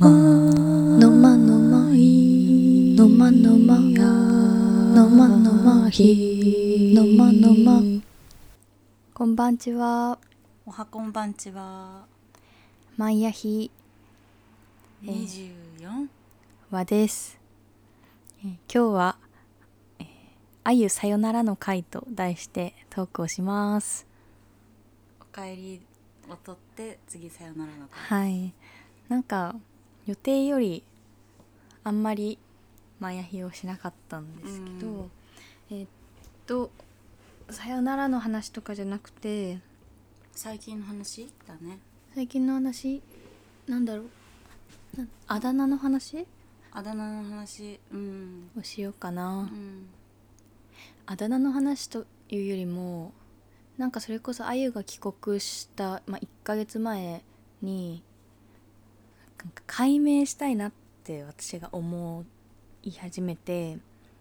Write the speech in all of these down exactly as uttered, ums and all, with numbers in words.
まのまのまいのまのまのまのまひのまのま。こんばんちは。 おはこんばんちは。 まいやひにじゅうよんわです。えー今日は、えーあゆさよならの会と題してトークをします。 おかえりをとって次さよならの会。 はい、なんか予定よりあんまりまやひをしなかったんですけど、えーっとさよならの話とかじゃなくて最近の話だね。 最近の話なんだろうなあだ名の話あだ名の話、うんをしようかな、 うんあだ名の話というよりもなんかそれこそあゆが帰国した、まあ、いっかげつまえになんか改名したいなって私が思い始めて、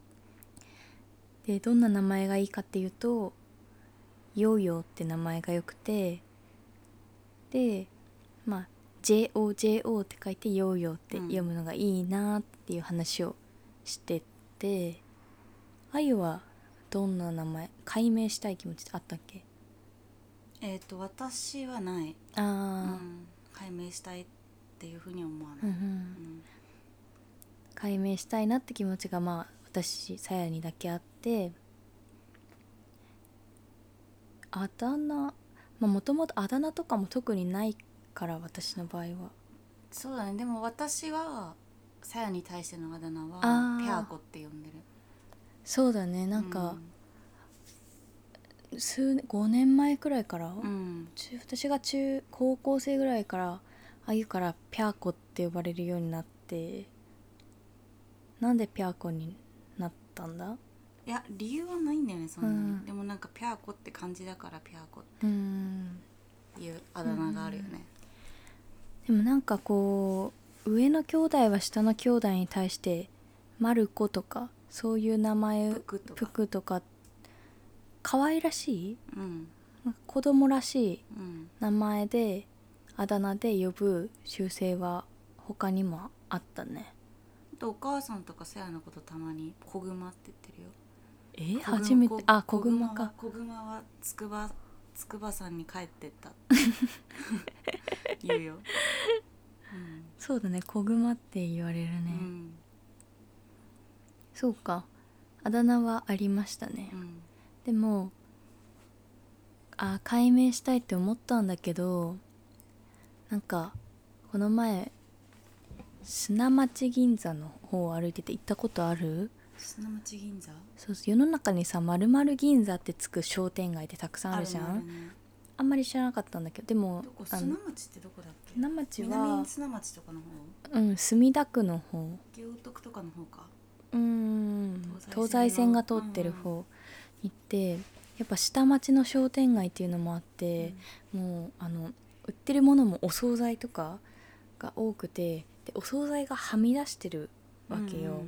でどんな名前がいいかっていうとヨーヨーって名前がよくて、でまあ ジェイオージェイオー って書いてヨーヨーって読むのがいいなっていう話をしてて、あゆはどんな名前改名したい気持ちってあったっけ？ えっ、と私はない、 あうあ、 ん、改名したいっていうふうに思わない、 うんうんうん改名したいなって気持ちがまあ私さやにだけあって、あだ名もともとあだ名とかも特にないから私の場合は。 そうだね。でも私はさやに対してのあだ名はあーペアコって呼んでる。 そうだね、なんか、数年ごねんまえくらいから、 うん、うん中私が中高校生ぐらいからあゆからピャーコって呼ばれるようになって、なんでピャーコになったんだ？ いや理由はないんだよね、そんなに、 うん、 でもなんかピャーコって感じだからピャーコっうーんていうあだ名があるよね。 でもなんかこう上の兄弟は下の兄弟に対してマルコとかそういう名前プクとかプクとか可愛らしいうんなんか子供らしいうん名前であだ名で呼ぶ習性は他にもあったね。 あとお母さんとかさやのことたまに小熊って言ってるよ。 え小熊初めてこあ小熊か。 小熊はつくばつくばさんに帰ってった言うよ、うんそうだね、小熊って言われるね、 うん、 そうか、あだ名はありましたね、 うん、 でもあ改名したいって思ったんだけど、なんかこの前砂町銀座の方を歩いてて行ったことある？ 砂町銀座そうそう、世の中にさ〇〇銀座ってつく商店街ってたくさんあるじゃん。 あ,、 あるねあんまり知らなかったんだけど、でもどこあの砂町ってどこだっけ？ 砂町は南砂町とかの方？ うん墨田区の方、 行徳とかの方か。 うーん東東西線の西線が通ってる方に行って、やっぱ下町の商店街っていうのもあって、もうあの売ってるものもお惣菜とかが多くて、でお惣菜がはみ出してるわけよ、 うんうんうん、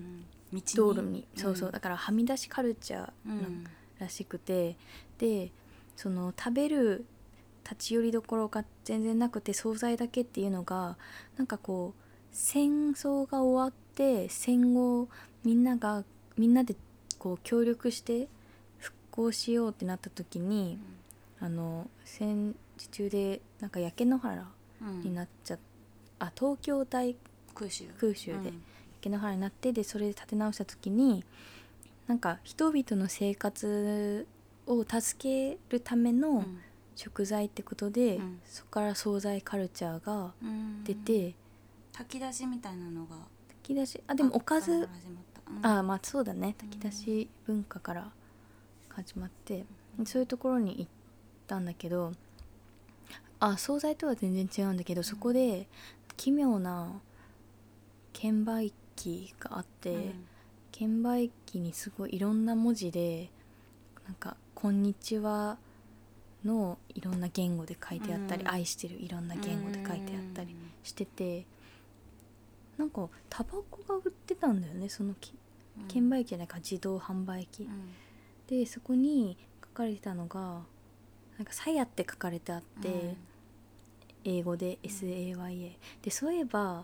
道路に、 うん、 そうそう、だからはみ出しカルチャーなうんらしくて、でその食べる立ち寄りどころが全然なくて惣菜だけっていうのがなんかこう戦争が終わって戦後みんながみんなでこう協力して復興しようってなった時に、あの戦時中でなんか焼け野原うんになっちゃっあ東京大空襲空襲でうん焼け野原になって、でそれで立て直した時になんか人々の生活を助けるためのうん食材ってことで、 うんそこから惣菜カルチャーがうん出て、 炊き出しみたいなのが炊き出しあでもおかずあから始まった、うんあまあそうだね、炊き出し文化から始まって、そういうところに行ったんだけど、あ惣菜とは全然違うんだけど、そこで奇妙な券売機があって、 うん券売機にすごいいろんな文字でなんか「こんにちは」のいろんな言語で書いてあったり、 うん愛してるいろんな言語で書いてあったりしてて、なんかタバコが売ってたんだよね、そのき券売機じゃないか自動販売機、 うんでそこに書かれてたのがなんか「さや」って書かれてあって、 うん英語で エスエーワイエー で、そういえばあ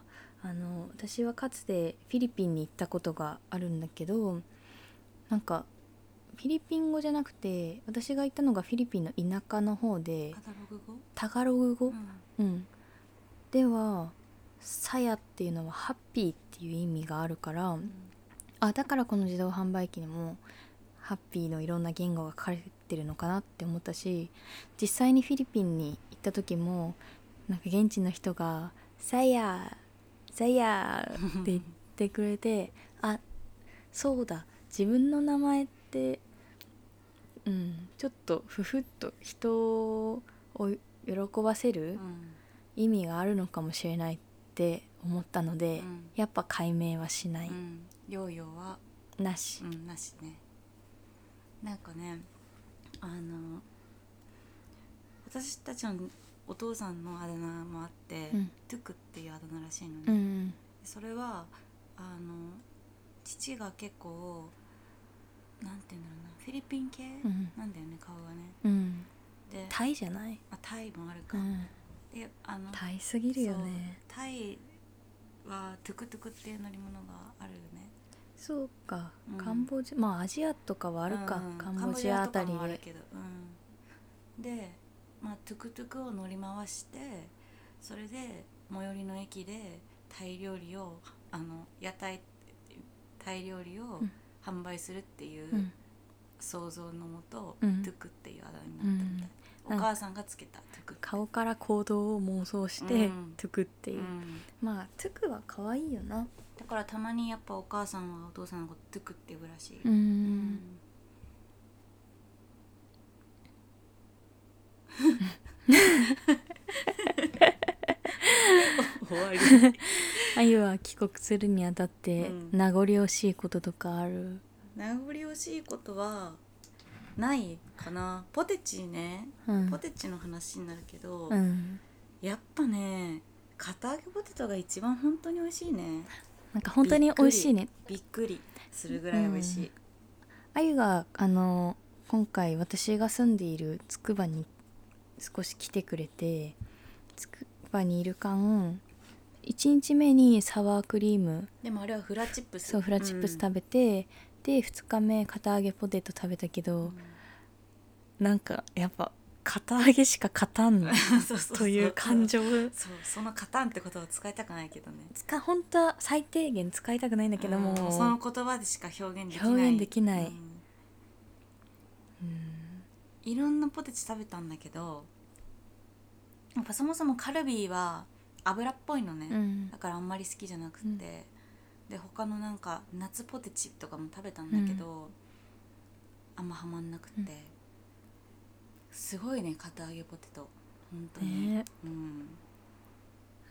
あの私はかつてフィリピンに行ったことがあるんだけど、なんかフィリピン語じゃなくて、私が行ったのがフィリピンの田舎の方でカタログ語、 タガログ語、 うんうんではさやっていうのはハッピーっていう意味があるから、 うん、 あだからこの自動販売機にもハッピーのいろんな言語が書かれてるのかなって思ったし、実際にフィリピンに行った時もなんか現地の人がさやさやって言ってくれてあそうだ自分の名前ってうんちょっとふふっと人を喜ばせるうん意味があるのかもしれないって思ったので、 うん、 やっぱ解明はしない、 うん、ヨーヨーはなし、 うん、なしね。なんかね、あの私たちのお父さんのあだ名もあって、 うんトゥクっていうあだ名らしいのね、 うんそれはあの父が結構なんていうんだろうな、フィリピン系、 うん、 なんだよね顔がね。 うんでタイじゃない、 あタイもあるか、 うん、 であのタイすぎるよね。 そうタイはトゥクトゥクっていう乗り物があるよね。 そうか、 うん、 カンボジアまあアジアとかはあるか、 うん、 カンボジアあたりカンボジアとかもあるでけど、うん、で、まあ、トゥクトゥクを乗り回して、それで最寄りの駅でタイ料理をあの屋台タイ料理を販売するっていううん想像のもと、 うんトゥクっていうあだ名になったみたい、 うん、 お母さんがつけたトゥクって、 顔から行動を妄想して、 うん、 トゥクっていう、 うん、 まあトゥクは可愛いよな。 だからたまにやっぱお母さんはお父さんのことトゥクって呼ぶらしい。 うーん終わりあゆは帰国するにあたってうん名残惜しいこととかある？ 名残惜しいことはないかな。ポテチね、 うんポテチの話になるけど、 うんやっぱね堅揚げポテトが一番本当に美味しいね。 なんか本当に美味しいね。 びっくりするぐらい美味しい、 あゆがあの今回私が住んでいるつくばに少し来てくれて、つくばにいる間いちにちめにサワークリーム、 でもあれはフラチップス、 そうフラチップスうん食べて、でふつかめ堅揚げポテト食べたけど、 うんなんかやっぱ堅揚げしか勝たんのそうそうそうという感情そうその「カタン」って言葉を使いたくないけどね、 使本当は最低限使いたくないんだけども、 うんその言葉でしか表現できない表現できないうんうんいろんなポテチ食べたんだけど、やっぱそもそもカルビーは油っぽいのね、 うんだからあんまり好きじゃなくて、うん、で他のなんか夏ポテチとかも食べたんだけど、うん、あんまハマんなくて、うん、すごいね堅揚げポテト本当に、 ねうんうんうん、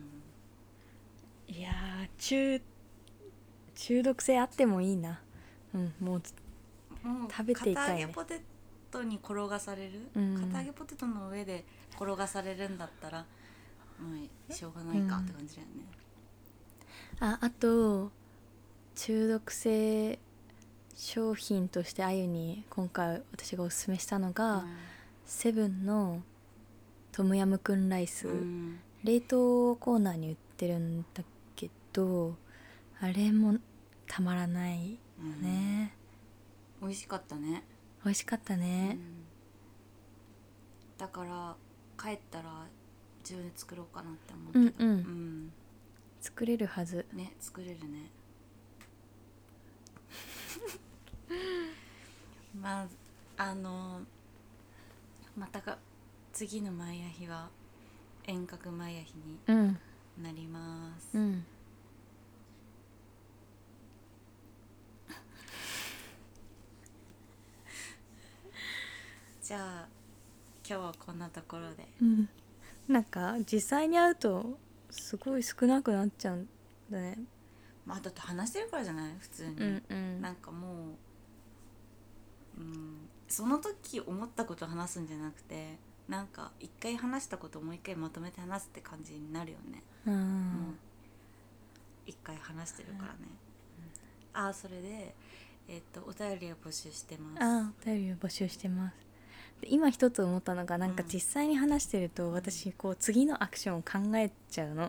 いやー中中毒性あってもいいな、うん、もうもう食べていたいね。 堅揚げポテトに転がされる、 うん、 堅揚げポテトの上で転がされるんだったらもうしょうがないかって感じだよね、 うん、ああと中毒性商品としてあゆに今回私がおすすめしたのが、うん、セブンのトムヤムクンライス、うん、冷凍コーナーに売ってるんだけどあれもたまらないね、 うん、美味しかったね美味しかったね、 うん、だから帰ったら自分で作ろうかなって思うけど、 うんうんうん、 作れるはずね、作れるねまああのまたか次のマイヤヒは遠隔マイヤヒになります、 うんうんじゃあ今日はこんなところで、 うん、なんか実際に会うとすごい少なくなっちゃうんだね。 まあだって話してるからじゃない普通に、 うんうん、 なんかもう、うん、その時思ったことを話すんじゃなくてなんか一回話したことをもう一回まとめて話すって感じになるよね、 うん、 もう一回話してるからね、うん、ああそれで、えー、とお便りを募集してます。 あお便りを募集してます。今一つ思ったのがなんか実際に話してると私こう次のアクションを考えちゃうの。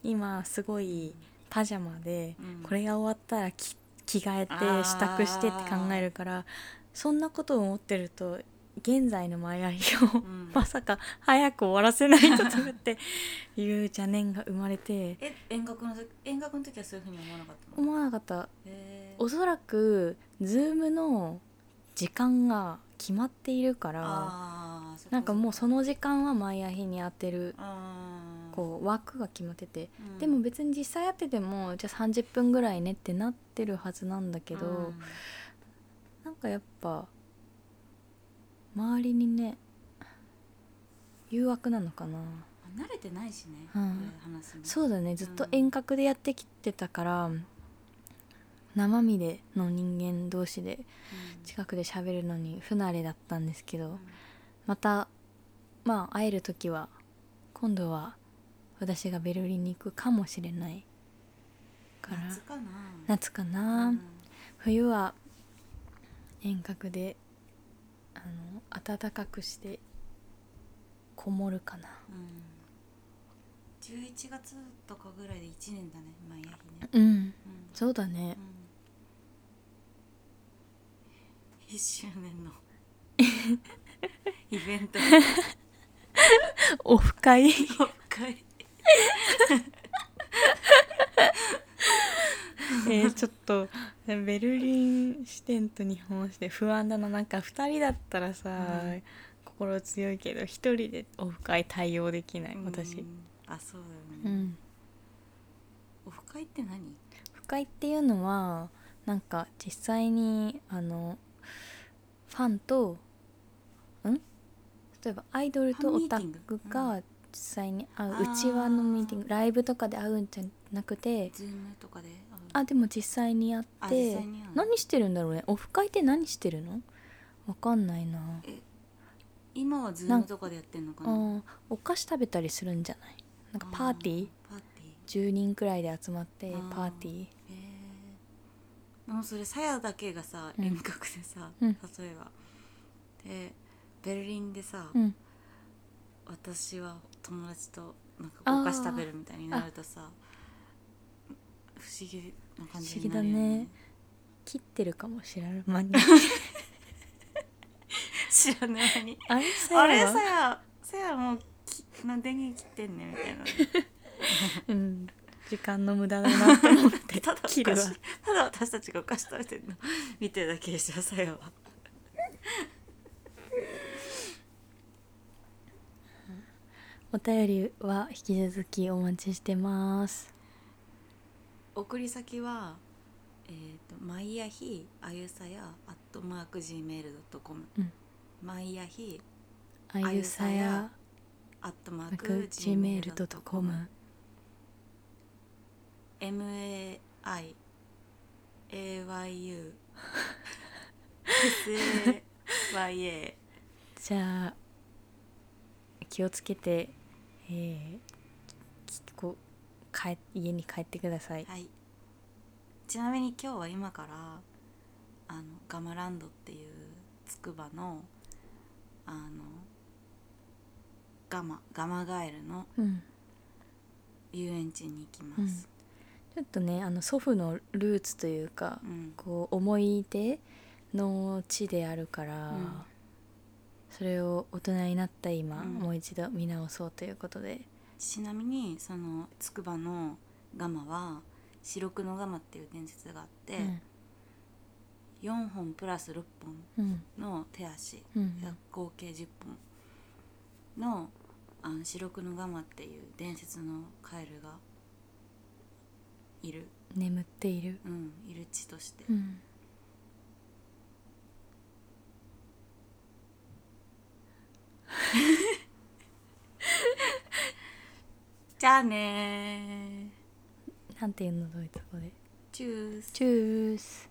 今すごいパジャマで、 うんこれが終わったら着着替えてあー支度してって考えるから、そんなことを思ってると現在のマイアヒを、 うんまさか早く終わらせないとダメっていう邪念が生まれてえ遠隔の時遠隔の時はそういうふうに思わなかったの？ 思わなかった。 へーおそらくズームの時間が決まっているからあーそっなんかもうそのの時間はマイアヒに当てるうこう枠が決まってて、 うんでも別に実際やっててもじゃあさんじゅっぷんぐらいねってなってるはずなんだけど、 うんなんかやっぱ周りにね誘惑なのかな。 慣れてないしね、 うんこれ話すのそうだね、ずっと遠隔でやってきてたから、生身での人間同士でうん近くで喋るのに不慣れだったんですけど、 うんまたまあ会える時は今度は私がベルリンに行くかもしれないから夏かな夏かな、 うん冬は遠隔であの暖かくしてこもるかな。 うんじゅういちがつとかぐらいでいちねんだねマイアヒね、 うんうんそうだね、 うん、いっしゅうねんのイベントオフ会オフ会えー、ちょっとベルリン支店と日本支店不安だな。なんかふたりだったらさ、うん、心強いけどひとりでオフ会対応できない私、うん、 あそうだよね、うん、オフ会って何？ オフ会っていうのはなんか実際にあのファンとん例えばアイドルとオタクが実際に会う、うん、内輪のミーティングライブとかで会うんじゃなくてズームとかで会う？ あでも実際に会って何してるんだろうね。オフ会って何してるの？わかんないな。 え今はズームとかでやってんのかな。 あお菓子食べたりするんじゃない？なんかパーティーパーティーじゅうにんくらいで集まってパーティー。へえでもそれさやだけがさ、うん、遠隔でさ、 うん、 例えばでベルリンでさ、 うん、 私は友達となんかお菓子食べるみたいになるとさ不思議な感じになるよね。 不思議だね。切ってるかもしれない間に知らない間にあれさやあれさやさやもうなんで電源切ってんねみたいなうん時間の無駄だなと思ってただ切るわ。 ただ私たちがお菓子食べてるの見てるだけでしょさやはお便りは引き続きお待ちしてます。 送り先はえーとマイヤヒあゆさやアットマーク ジーメールドットコム、うん、マイヤヒあゆさやアットマーク ジーメールドットコム エム エー アイ エー ワイ ユー エス エー ワイ エーじゃあ気をつけて、えー、こう帰家に帰ってください。 はい。ちなみに今日は今からあのガマランドっていうつくばのあのガマガマガエルの遊園地に行きます、うん、 ちょっとねあの祖父のルーツというか、うん、こう思い出の地であるから、うん、それを大人になった今、うん、もう一度見直そうということで。 ちなみにそのつくばのガマは白黒ガマっていう伝説があって、うん、よんほんプラスろっぽんの手足、うん、合計じゅっぽんの、あの白黒ガマっていう伝説のカエルがいる眠っている、 うん、いる地として、 うんじゃあねーなんていうのどういうとこでチュースチュース